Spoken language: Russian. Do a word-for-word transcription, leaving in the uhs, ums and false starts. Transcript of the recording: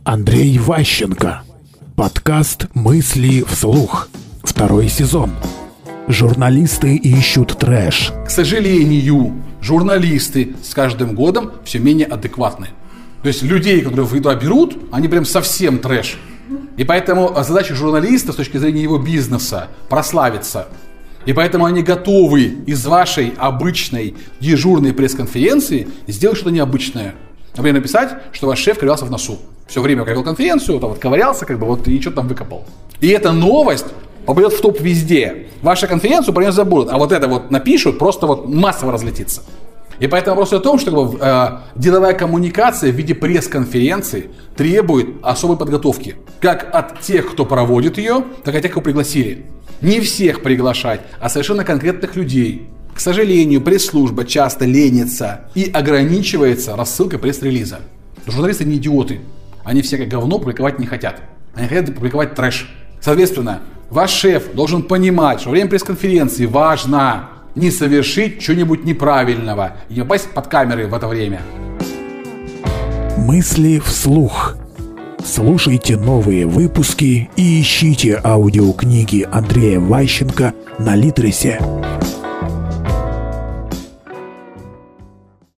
Андрей Ващенко. Подкаст «Мысли вслух». Второй сезон. Журналисты ищут трэш. К сожалению, журналисты с каждым годом все менее адекватны. То есть людей, которые туда берут, они прям совсем трэш. И поэтому задача журналиста с точки зрения его бизнеса прославиться. И поэтому они готовы из вашей обычной дежурной пресс-конференции сделать что-то необычное. Например, написать, что ваш шеф ковырялся в носу. Все время провел конференцию, вот ковырялся, как бы, вот, и что-то там выкопал. И эта новость попадет в топ везде. Вашу конференцию про нее забудут, а вот это вот напишут, просто вот массово разлетится. И поэтому вопрос о том, что э, деловая коммуникация в виде пресс-конференции требует особой подготовки. Как от тех, кто проводит ее, так и от тех, кого пригласили. Не всех приглашать, а совершенно конкретных людей. К сожалению, пресс-служба часто ленится и ограничивается рассылкой пресс-релиза. Журналисты не идиоты. Они все как говно публиковать не хотят. Они хотят публиковать трэш. Соответственно, ваш шеф должен понимать, что во время пресс-конференции важно не совершить чего-нибудь неправильного и не попасть под камеры в это время. Мысли вслух. Слушайте новые выпуски и ищите аудиокниги Андрея Ващенко на Литресе.